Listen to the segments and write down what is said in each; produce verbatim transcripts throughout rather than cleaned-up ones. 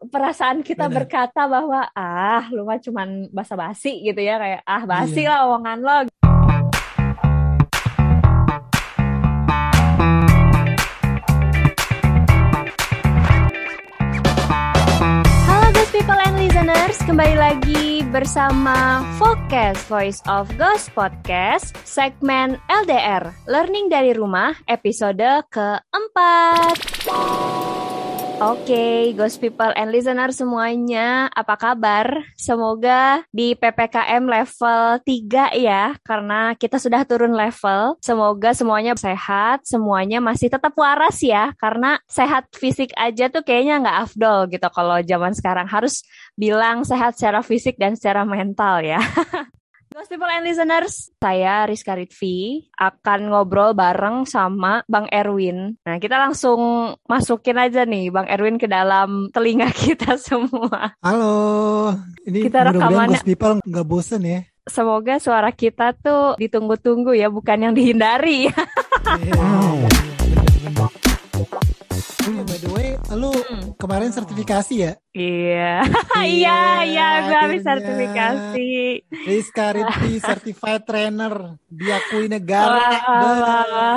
perasaan kita Benar. berkata bahwa ah lu mah cuman basa-basi gitu ya, kayak ah basi Iya. lah omongan lo. Halo Ghost People and Listeners, kembali lagi bersama Focus Voice of Ghost Podcast, segmen L D R, Learning dari Rumah, episode keempat. Oke, Ghost People and Listener semuanya, apa kabar? Semoga di P P K M level tiga ya, karena kita sudah turun level. Semoga semuanya sehat, semuanya masih tetap waras ya, karena sehat fisik aja tuh kayaknya nggak afdol gitu kalau zaman sekarang. Harus bilang sehat secara fisik dan secara mental ya. Ghost People and Listeners, saya Rizka Ritvi akan ngobrol bareng sama Bang Erwin. Nah, kita langsung masukin aja nih Bang Erwin ke dalam telinga kita semua. Halo, ini Kita mudah-mudahan rekamannya, Ghost People nggak bosen ya. semoga suara kita tuh ditunggu-tunggu ya, bukan yang dihindari. Iya, iya, iya, bener-bener. Oh ya, by the way, lu Hmm. kemarin sertifikasi ya? Iya, Iya, iya, iya, gue habis akhirnya sertifikasi. Rizka Ritvi Certified Trainer diakui Wah, negara. wah, wah, Be.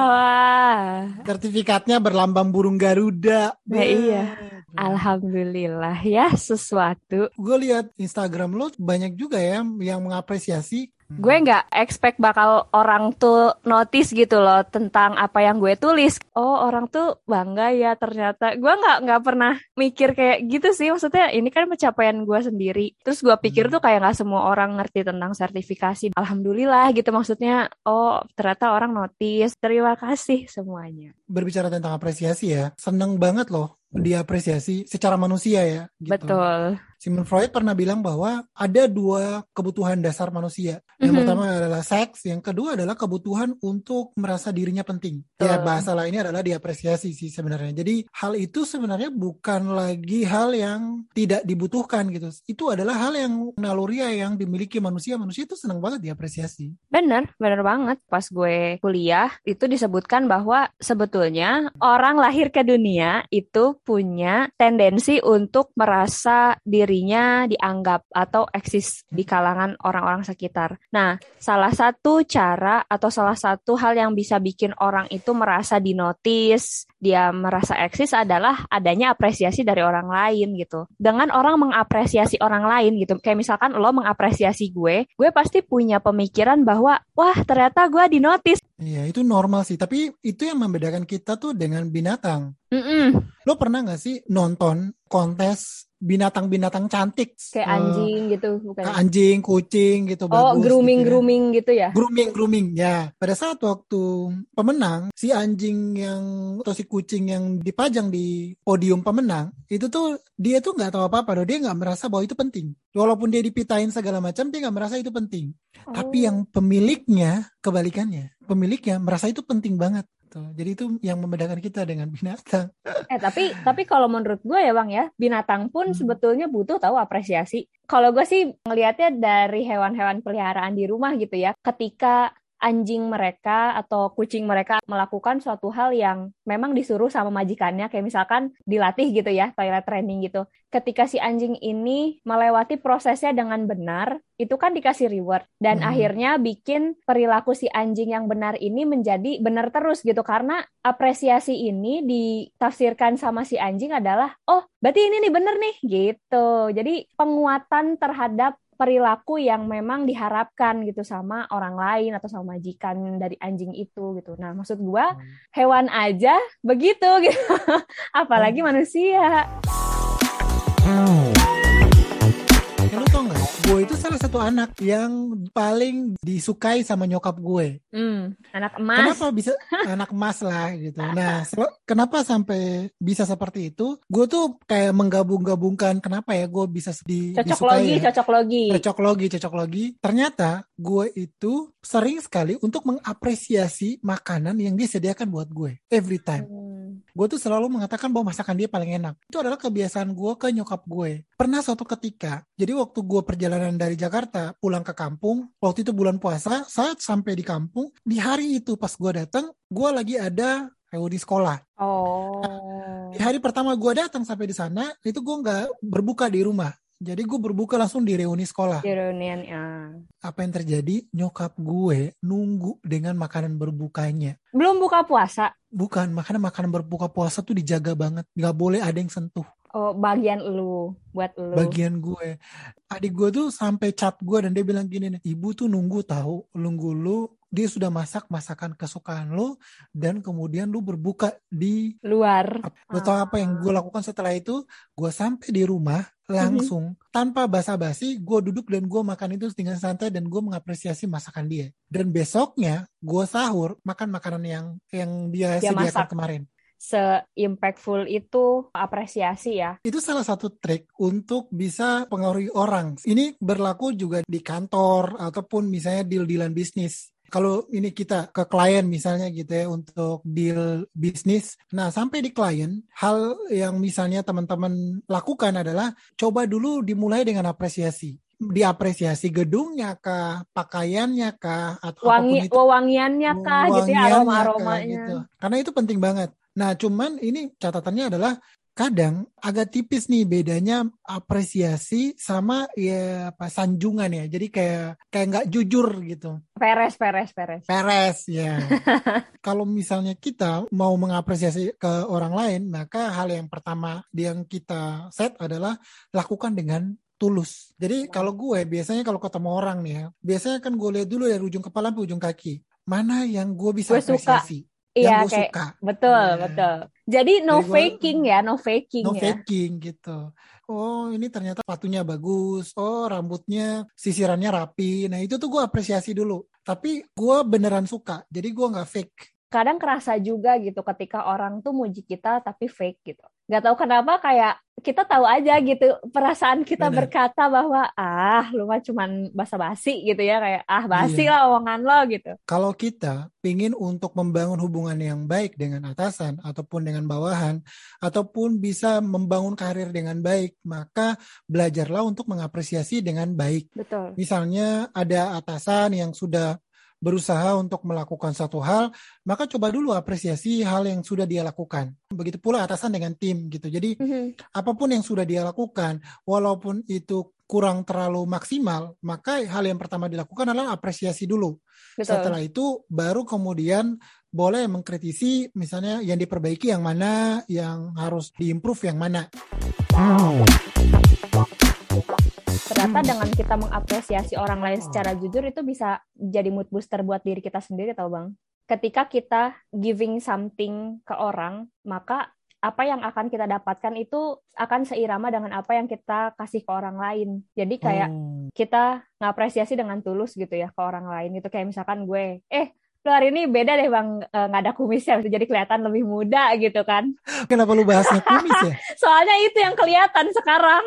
wah. Sertifikatnya berlambang burung Garuda. Nah, iya. Be. Alhamdulillah ya sesuatu. Gue lihat Instagram lu banyak juga ya yang mengapresiasi. Gue Hmm. nggak expect bakal orang tuh notice gitu loh tentang apa yang gue tulis. Oh, orang tuh bangga ya ternyata. Gue nggak nggak pernah mikir kayak gitu sih. Maksudnya ini kan pencapaian gue sendiri. Terus gue pikir tuh Hmm. kayak nggak semua orang ngerti tentang sertifikasi. Alhamdulillah gitu, maksudnya. Oh, ternyata orang notice. Terima kasih semuanya. Berbicara tentang apresiasi ya, seneng banget loh diapresiasi secara manusia ya gitu. Betul. Sigmund Freud pernah bilang bahwa ada dua kebutuhan dasar manusia. Yang Mhm. pertama adalah seks, yang kedua adalah kebutuhan untuk merasa dirinya penting. Ya Betul. bahasa lainnya adalah diapresiasi sih sebenarnya. Jadi hal itu sebenarnya bukan lagi hal yang tidak dibutuhkan gitu. Itu adalah hal yang naluriah yang dimiliki manusia. Manusia itu senang banget diapresiasi. Bener, bener banget. Pas gue kuliah, itu disebutkan bahwa sebetulnya orang lahir ke dunia itu punya tendensi untuk merasa dirinya dianggap atau eksis di kalangan orang-orang sekitar. Nah, salah satu cara atau salah satu hal yang bisa bikin orang itu merasa dinotis, dia merasa eksis adalah adanya apresiasi dari orang lain gitu. Dengan orang mengapresiasi orang lain gitu, kayak misalkan lo mengapresiasi gue, gue pasti punya pemikiran bahwa wah ternyata gue dinotis. Iya, itu normal sih. Tapi itu yang membedakan kita tuh dengan binatang. Mm-mm. Lo pernah nggak sih nonton kontes binatang-binatang cantik, Kayak eh, anjing gitu, bukan ya? anjing, kucing gitu Oh, bagus gitu ya. grooming-grooming gitu ya? Grooming, grooming ya. Pada saat waktu pemenang, si anjing yang atau si kucing yang dipajang di podium pemenang, itu tuh dia tuh nggak tahu apa-apa, dia nggak merasa bahwa itu penting. Walaupun dia dipitain segala macam, dia nggak merasa itu penting. Tapi Oh. yang pemiliknya kebalikannya, pemiliknya merasa itu penting banget. Tuh. Jadi itu yang membedakan kita dengan binatang. Eh tapi tapi kalau menurut gue ya Bang ya, binatang pun Hmm. sebetulnya butuh tahu apresiasi. Kalau gue sih ngelihatnya dari hewan-hewan peliharaan di rumah gitu ya. Ketika anjing mereka atau kucing mereka melakukan suatu hal yang memang disuruh sama majikannya, kayak misalkan dilatih gitu ya, toilet training gitu. Ketika si anjing ini melewati prosesnya dengan benar, itu kan dikasih reward. Dan Hmm. akhirnya bikin perilaku si anjing yang benar ini menjadi benar terus gitu. Karena apresiasi ini ditafsirkan sama si anjing adalah, oh berarti ini nih bener nih gitu. Jadi penguatan terhadap perilaku yang memang diharapkan gitu sama orang lain atau sama majikan dari anjing itu gitu. Nah, maksud gua hewan aja begitu gitu. Apalagi Oh. manusia. Ya lu tau gak, gue itu salah satu anak yang paling disukai sama nyokap gue. Hmm, anak emas. Kenapa bisa anak emas lah gitu. Nah, sel- kenapa sampai bisa seperti itu? Gue tuh kayak menggabung-gabungkan kenapa ya gue bisa di- Cocok logi, disukai ya. cocok logi. Cocok logi, cocok logi. Ternyata gue itu sering sekali untuk mengapresiasi makanan yang dia sediakan buat gue. Every time. Hmm. Gue tuh selalu mengatakan bahwa masakan dia paling enak. Itu adalah kebiasaan gue ke nyokap gue. Pernah suatu ketika, jadi waktu gue perjalanan dari Jakarta pulang ke kampung, waktu itu bulan puasa, saat sampai di kampung, di hari itu pas gue datang, gue lagi ada reuni sekolah. Di Oh, hari pertama gue datang sampai di sana, itu gue nggak berbuka di rumah. Jadi gue berbuka langsung di reuni sekolah. di reunian ya. Apa yang terjadi? Nyokap gue nunggu dengan makanan berbukanya. Belum buka puasa. Bukan, makanya makanan berbuka puasa tuh dijaga banget. Nggak boleh ada yang sentuh. Oh, bagian lu, buat lu. Bagian gue. Adik gue tuh sampai chat gue dan dia bilang gini nih, ibu tuh nunggu tahu, nunggu lu, dia sudah masak masakan kesukaan lu, dan kemudian lu berbuka di Luar. Lo tau apa yang gue Ah. lakukan setelah itu? Gue sampai di rumah langsung tanpa basa-basi gue duduk dan gue makan itu dengan santai dan gue mengapresiasi masakan dia. Dan besoknya gue sahur makan makanan yang yang dia Dia sediakan masak. kemarin. Se-impactful itu apresiasi ya. Itu salah satu trik untuk bisa pengaruhi orang. Ini berlaku juga di kantor ataupun misalnya deal-dealan bisnis. Kalau ini kita ke klien misalnya gitu ya untuk deal bisnis. Nah sampai di klien, hal yang misalnya teman-teman lakukan adalah coba dulu dimulai dengan apresiasi. Diapresiasi gedungnya kah, pakaiannya kah, atau apapun Wangi, itu. wewangiannya kah gitu ya, Wangiannya kah aroma-aromanya. gitu. Karena itu penting banget. Nah cuman ini catatannya adalah kadang agak tipis nih bedanya apresiasi sama ya apa sanjungan ya. Jadi kayak kayak nggak jujur gitu. Peres, peres, peres. Peres ya. Kalau misalnya kita mau mengapresiasi ke orang lain, maka hal yang pertama yang kita set adalah lakukan dengan tulus. Jadi kalau gue biasanya kalau ketemu orang nih ya, biasanya kan gue lihat dulu dari ujung kepala sampai ujung kaki. Mana yang gue bisa Gue suka. apresiasi, yang Iya, gue kayak suka. betul, Ya. betul. Jadi no Jadi gue faking ya, no faking no ya. faking gitu. Oh ini ternyata sepatunya bagus. Oh rambutnya sisirannya rapi. Nah itu tuh gue apresiasi dulu. Tapi gue beneran suka. Jadi gue nggak fake. Kadang kerasa juga gitu ketika orang tuh muji kita tapi fake gitu. Gak tahu kenapa kayak kita tahu aja gitu perasaan kita Bener. berkata bahwa ah lu mah cuman basa-basi gitu ya, kayak ah basi Iya. lah omongan lo gitu. Kalau kita pingin untuk membangun hubungan yang baik dengan atasan ataupun dengan bawahan ataupun bisa membangun karir dengan baik, maka belajarlah untuk mengapresiasi dengan baik. Betul. Misalnya ada atasan yang sudah berusaha untuk melakukan satu hal, maka coba dulu apresiasi hal yang sudah dia lakukan. Begitu pula atasan dengan tim gitu. Jadi Mhm. apapun yang sudah dia lakukan, walaupun itu kurang terlalu maksimal, maka hal yang pertama dilakukan adalah apresiasi dulu. Betul. Setelah itu baru kemudian boleh mengkritisi misalnya yang diperbaiki yang mana, yang harus diimprove yang mana. Ternyata dengan kita mengapresiasi orang lain secara jujur itu bisa jadi mood booster buat diri kita sendiri tau Bang. Ketika kita giving something ke orang, maka apa yang akan kita dapatkan itu akan seirama dengan apa yang kita kasih ke orang lain. Jadi kayak Oh. kita ngapresiasi dengan tulus gitu ya ke orang lain. Itu kayak misalkan gue, eh lu hari ini beda deh Bang, e, nggak ada kumisnya, jadi kelihatan lebih muda gitu kan. Kenapa lu bahasnya kumis ya? Soalnya itu yang kelihatan sekarang.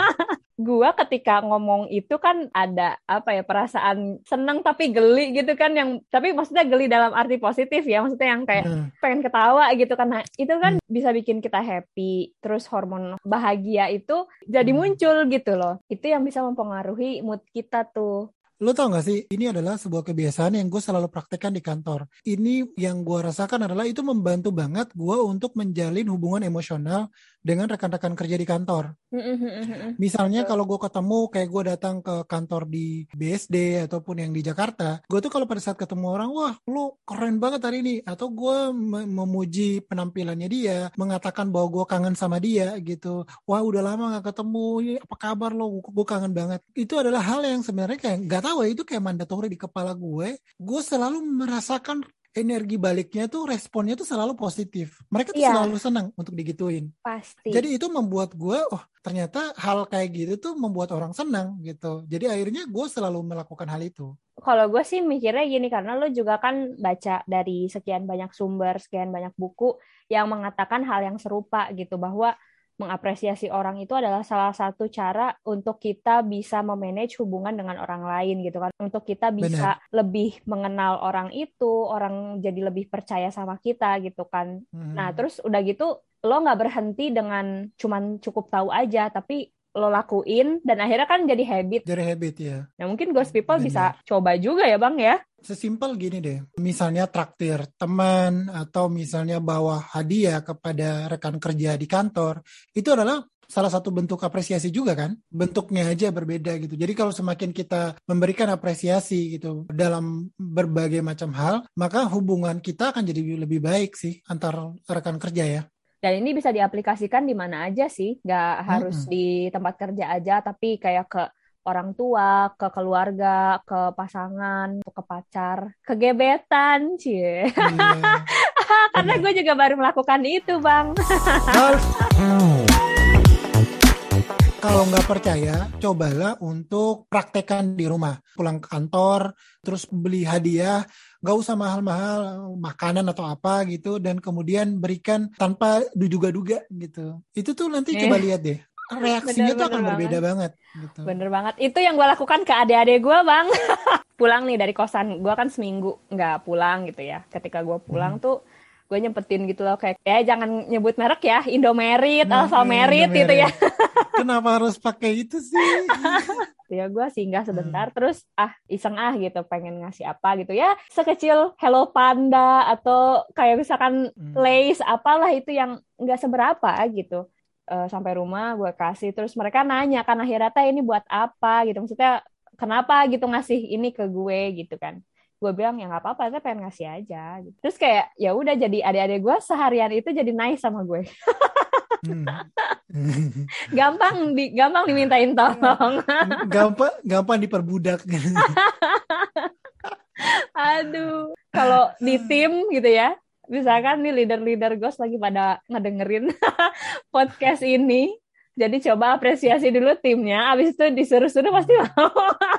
Gua ketika ngomong itu kan ada apa ya perasaan senang tapi geli gitu kan, yang tapi maksudnya geli dalam arti positif ya, maksudnya yang kayak Hmm. pengen ketawa gitu kan. Nah, itu kan Hmm. bisa bikin kita happy, terus hormon bahagia itu jadi Hmm. muncul gitu loh. Itu yang bisa mempengaruhi mood kita tuh. Lo tau gak sih, ini adalah sebuah kebiasaan yang gue selalu praktekkan di kantor. Ini yang gue rasakan adalah itu membantu banget gue untuk menjalin hubungan emosional dengan rekan-rekan kerja di kantor. Misalnya kalau gue ketemu, kayak gue datang ke kantor di B S D ataupun yang di Jakarta, gue tuh kalau pada saat ketemu orang, wah lo keren banget hari ini. Atau gue me- memuji penampilannya dia, mengatakan bahwa gue kangen sama dia gitu. Wah udah lama gak ketemu, ini apa kabar lo, gue kangen banget. Itu adalah hal yang sebenarnya kayak gak tahu ya, itu kayak mandatori di kepala gue. Gue selalu merasakan energi baliknya tuh, responnya tuh selalu positif. Mereka tuh Iya. selalu senang untuk digituin. Pasti. Jadi itu membuat gue, oh ternyata hal kayak gitu tuh membuat orang senang gitu. Jadi akhirnya gue selalu melakukan hal itu. Kalau gue sih mikirnya gini, karena lo juga kan baca dari sekian banyak sumber, sekian banyak buku yang mengatakan hal yang serupa gitu, bahwa mengapresiasi orang itu adalah salah satu cara untuk kita bisa memanage hubungan dengan orang lain gitu kan. Untuk kita bisa Benar. lebih mengenal orang itu, orang jadi lebih percaya sama kita gitu kan. Hmm. Nah, terus udah gitu lo nggak berhenti dengan cuman cukup tahu aja, tapi lo lakuin dan akhirnya kan jadi habit. Jadi habit ya. Nah mungkin Ghost People Benar. bisa coba juga ya Bang ya. Sesimpel gini deh, misalnya traktir teman atau misalnya bawa hadiah kepada rekan kerja di kantor, itu adalah salah satu bentuk apresiasi juga kan, bentuknya aja berbeda gitu. Jadi kalau semakin kita memberikan apresiasi gitu dalam berbagai macam hal, maka hubungan kita akan jadi lebih baik sih antar rekan kerja ya. Dan ini bisa diaplikasikan di mana aja sih, nggak harus Mm-mm. di tempat kerja aja, tapi kayak ke orang tua, ke keluarga, ke pasangan, ke pacar, ke gebetan, cie. Iya, Karena benar. gue juga baru melakukan itu, Bang. Kalau kalau nggak percaya, cobalah untuk praktekkan di rumah. Pulang ke kantor, terus beli hadiah, nggak usah mahal-mahal, makanan atau apa gitu, dan kemudian berikan tanpa diduga-duga gitu. Itu tuh nanti coba lihat deh, reaksinya tuh Bener-bener akan banget. berbeda banget gitu. Bener banget. Itu yang gue lakukan ke adik-adik gue, Bang. Pulang nih dari kosan. Gue kan seminggu nggak pulang gitu ya. Ketika gue pulang Mhm. tuh, gue nyempetin gitu loh. Kayak, ya jangan nyebut merek ya. Indomerit, Nah, eh, Alfamart gitu ya. Indomaret. Kenapa harus pakai itu sih? Ya gue singgah Hmm. sebentar. Terus, ah iseng ah gitu. Pengen ngasih apa gitu ya. Sekecil Hello Panda. Atau kayak misalkan Hmm. Lays. Apalah itu yang nggak seberapa gitu. Eh, sampai rumah gue kasih. Terus mereka nanya kan akhirnya teh ini buat apa gitu. Maksudnya kenapa gitu ngasih ini ke gue gitu kan. Gue bilang ya nggak apa-apa, saya pengen ngasih aja gitu. Terus kayak ya udah jadi adik-adik gue seharian itu jadi nice sama gue. Hmm. Gampang di gampang dimintain tolong. gampang gampang diperbudak. Aduh, kalau di tim gitu ya, misalkan nih leader-leader Ghost lagi pada ngedengerin podcast ini, jadi coba apresiasi dulu timnya, abis itu disuruh-suruh pasti mau.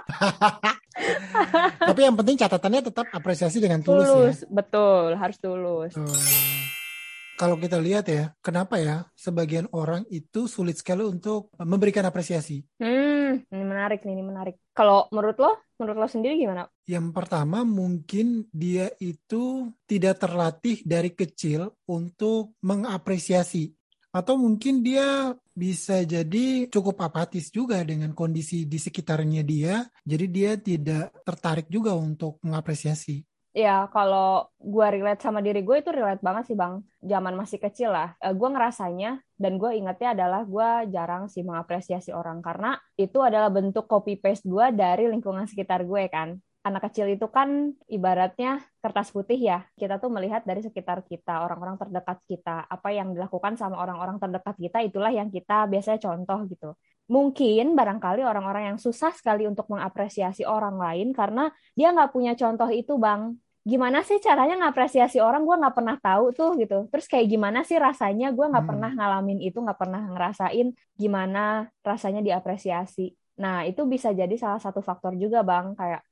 Tapi yang penting catatannya tetap apresiasi dengan tulus ya. Tulus, betul, harus tulus. Tuh. Kalau kita lihat ya, kenapa ya sebagian orang itu sulit sekali untuk memberikan apresiasi? Hmm, ini menarik nih, ini menarik. Kalau menurut lo, menurut lo sendiri gimana? Yang pertama mungkin dia itu tidak terlatih dari kecil untuk mengapresiasi. Atau mungkin dia bisa jadi cukup apatis juga dengan kondisi di sekitarnya dia. Jadi dia tidak tertarik juga untuk mengapresiasi. Ya, kalau gue relate sama diri gue itu relate banget sih Bang. Zaman masih kecil lah, eh, gue ngerasanya dan gue ingetnya adalah gue jarang sih mengapresiasi orang karena itu adalah bentuk copy paste gue dari lingkungan sekitar gue kan. Anak kecil itu kan ibaratnya kertas putih ya. Kita tuh melihat dari sekitar kita, orang-orang terdekat kita. Apa yang dilakukan sama orang-orang terdekat kita, itulah yang kita biasanya contoh gitu. Mungkin barangkali orang-orang yang susah sekali untuk mengapresiasi orang lain karena dia nggak punya contoh itu, Bang. Gimana sih caranya ngapresiasi orang? Gue nggak pernah tahu tuh gitu. Terus kayak gimana sih rasanya? Gue nggak pernah Hmm. ngalamin itu, nggak pernah ngerasain gimana rasanya diapresiasi. Nah, itu bisa jadi salah satu faktor juga, Bang. Kayak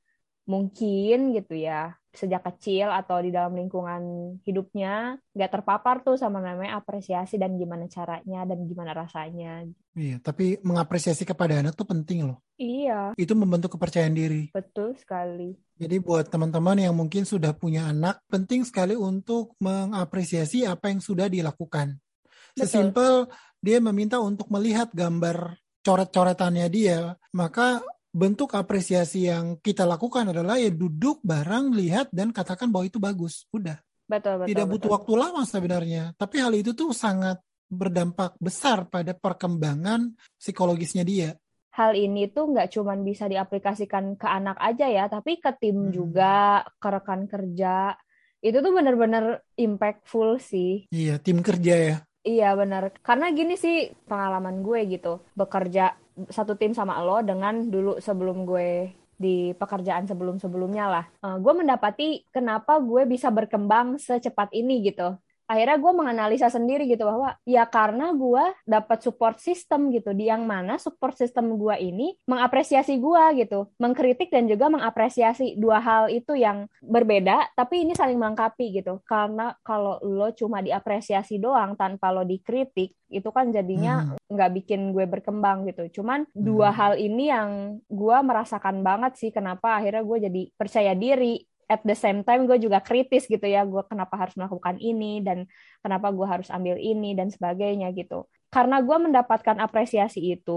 mungkin gitu ya, sejak kecil atau di dalam lingkungan hidupnya nggak terpapar tuh sama namanya apresiasi dan gimana caranya dan gimana rasanya. Iya, tapi mengapresiasi kepada anak tuh penting loh. Iya, Itu membentuk kepercayaan diri. betul sekali. Jadi buat teman-teman yang mungkin sudah punya anak, penting sekali untuk mengapresiasi apa yang sudah dilakukan. Betul. Sesimpel dia meminta untuk melihat gambar coret-coretannya dia, maka bentuk apresiasi yang kita lakukan adalah ya duduk bareng, lihat dan katakan bahwa itu bagus. Udah. Betul, betul, Tidak butuh betul. waktu lama sebenarnya, tapi hal itu tuh sangat berdampak besar pada perkembangan psikologisnya dia. Hal ini tuh nggak cuman bisa diaplikasikan ke anak aja ya, tapi ke tim Hmm. juga, ke rekan kerja. Itu tuh bener-bener impactful sih. Iya, tim kerja ya. Iya benar. Karena gini sih pengalaman gue gitu. Bekerja satu tim sama lo dengan dulu sebelum gue di pekerjaan sebelum-sebelumnya lah. Eh, gue mendapati kenapa gue bisa berkembang secepat ini gitu. Akhirnya gue menganalisa sendiri gitu bahwa ya karena gue dapat support system gitu di yang mana support system gue ini mengapresiasi gue gitu, mengkritik dan juga mengapresiasi dua hal itu yang berbeda tapi ini saling melengkapi gitu. Karena kalau lo cuma diapresiasi doang tanpa lo dikritik itu kan jadinya Hmm. nggak bikin gue berkembang gitu. Cuman dua Hmm. hal ini yang gue merasakan banget sih kenapa akhirnya gue jadi percaya diri at the same time gue juga kritis gitu ya, gue kenapa harus melakukan ini dan kenapa gue harus ambil ini dan sebagainya gitu. Karena gue mendapatkan apresiasi itu,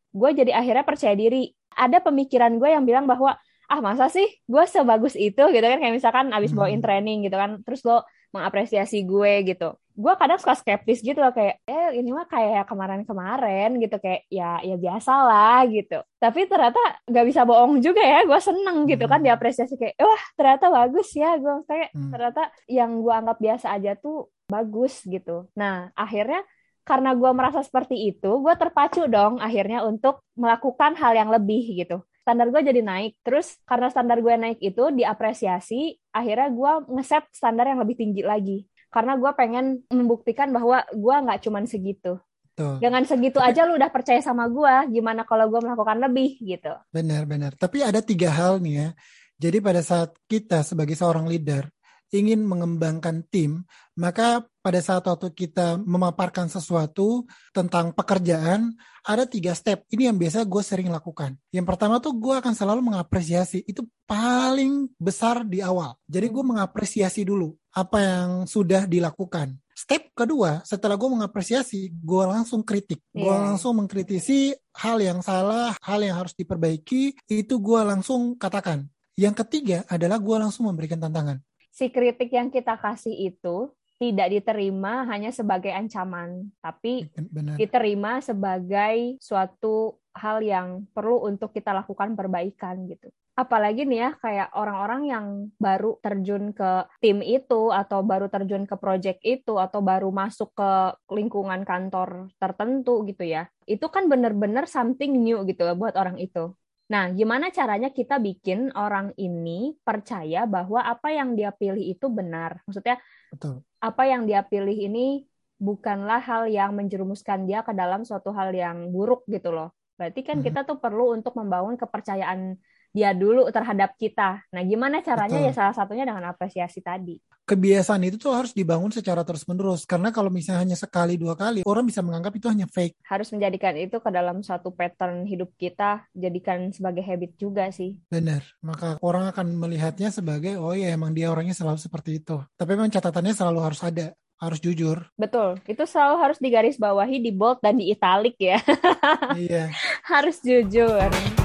gue jadi akhirnya percaya diri. Ada pemikiran gue yang bilang bahwa ah masa sih gue sebagus itu gitu kan, kayak misalkan abis Hmm. bawain training gitu kan, terus lo mengapresiasi gue gitu. Gue kadang suka skeptis gitu loh, kayak eh ini mah kayak kemarin-kemarin gitu, kayak ya ya biasa lah gitu. Tapi ternyata gak bisa bohong juga ya, gue seneng gitu kan Hmm. diapresiasi, kayak wah ternyata bagus ya, gue kayak Hmm. ternyata yang gue anggap biasa aja tuh bagus gitu. Nah akhirnya karena gue merasa seperti itu, gue terpacu dong akhirnya untuk melakukan hal yang lebih gitu. Standar gue jadi naik. Terus karena standar gue naik itu diapresiasi, akhirnya gue ngeset standar yang lebih tinggi lagi. Karena gue pengen membuktikan bahwa gue nggak cuman segitu. Tuh. Dengan segitu Tapi, aja lu udah percaya sama gue, gimana kalau gue melakukan lebih gitu. benar-benar. Tapi ada tiga hal nih ya. Jadi pada saat kita sebagai seorang leader ingin mengembangkan tim, maka pada saat waktu kita memaparkan sesuatu tentang pekerjaan, ada tiga step. Ini yang biasa gue sering lakukan. Yang pertama tuh gue akan selalu mengapresiasi. Itu paling besar di awal. Jadi gue mengapresiasi dulu apa yang sudah dilakukan. Step kedua, setelah gue mengapresiasi, gue langsung kritik. Gue Yeah. langsung mengkritisi hal yang salah, hal yang harus diperbaiki, itu gue langsung katakan. Yang ketiga adalah gue langsung memberikan tantangan. Si kritik yang kita kasih itu tidak diterima hanya sebagai ancaman, tapi Benar. diterima sebagai suatu hal yang perlu untuk kita lakukan perbaikan gitu. Apalagi nih ya, kayak orang-orang yang baru terjun ke tim itu, atau baru terjun ke project itu, atau baru masuk ke lingkungan kantor tertentu gitu ya. Itu kan benar-benar something new gitu buat orang itu. Nah, gimana caranya kita bikin orang ini percaya bahwa apa yang dia pilih itu benar? Maksudnya, Betul. apa yang dia pilih ini bukanlah hal yang menjerumuskan dia ke dalam suatu hal yang buruk gitu loh. Berarti kan Mhm. kita tuh perlu untuk membangun kepercayaan dia dulu terhadap kita. Nah, gimana caranya? Betul. Ya salah satunya dengan apresiasi tadi. Kebiasaan itu tuh harus dibangun secara terus-menerus. Karena kalau misalnya hanya sekali, dua kali, orang bisa menganggap itu hanya fake. Harus menjadikan itu ke dalam suatu pattern hidup kita, jadikan sebagai habit juga sih. Benar. Maka orang akan melihatnya sebagai, oh ya emang dia orangnya selalu seperti itu. Tapi memang catatannya selalu harus ada. Harus jujur. Betul. Itu selalu harus digarisbawahi, di bold dan di italic ya. Iya. Harus jujur.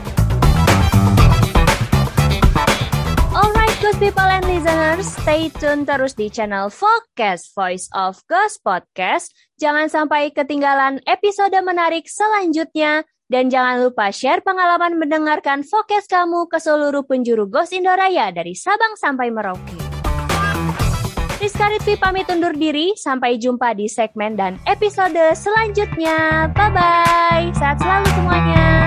Alright, good people and listeners, stay tune terus di channel Focus Voice of Ghost Podcast. Jangan sampai ketinggalan episode menarik selanjutnya. Dan jangan lupa share pengalaman mendengarkan Focus kamu ke seluruh penjuru Ghost Indoraya dari Sabang sampai Merauke. Rizka Ritvi pamit undur diri. Sampai jumpa di segmen dan episode selanjutnya. Bye-bye. Sehat selalu semuanya.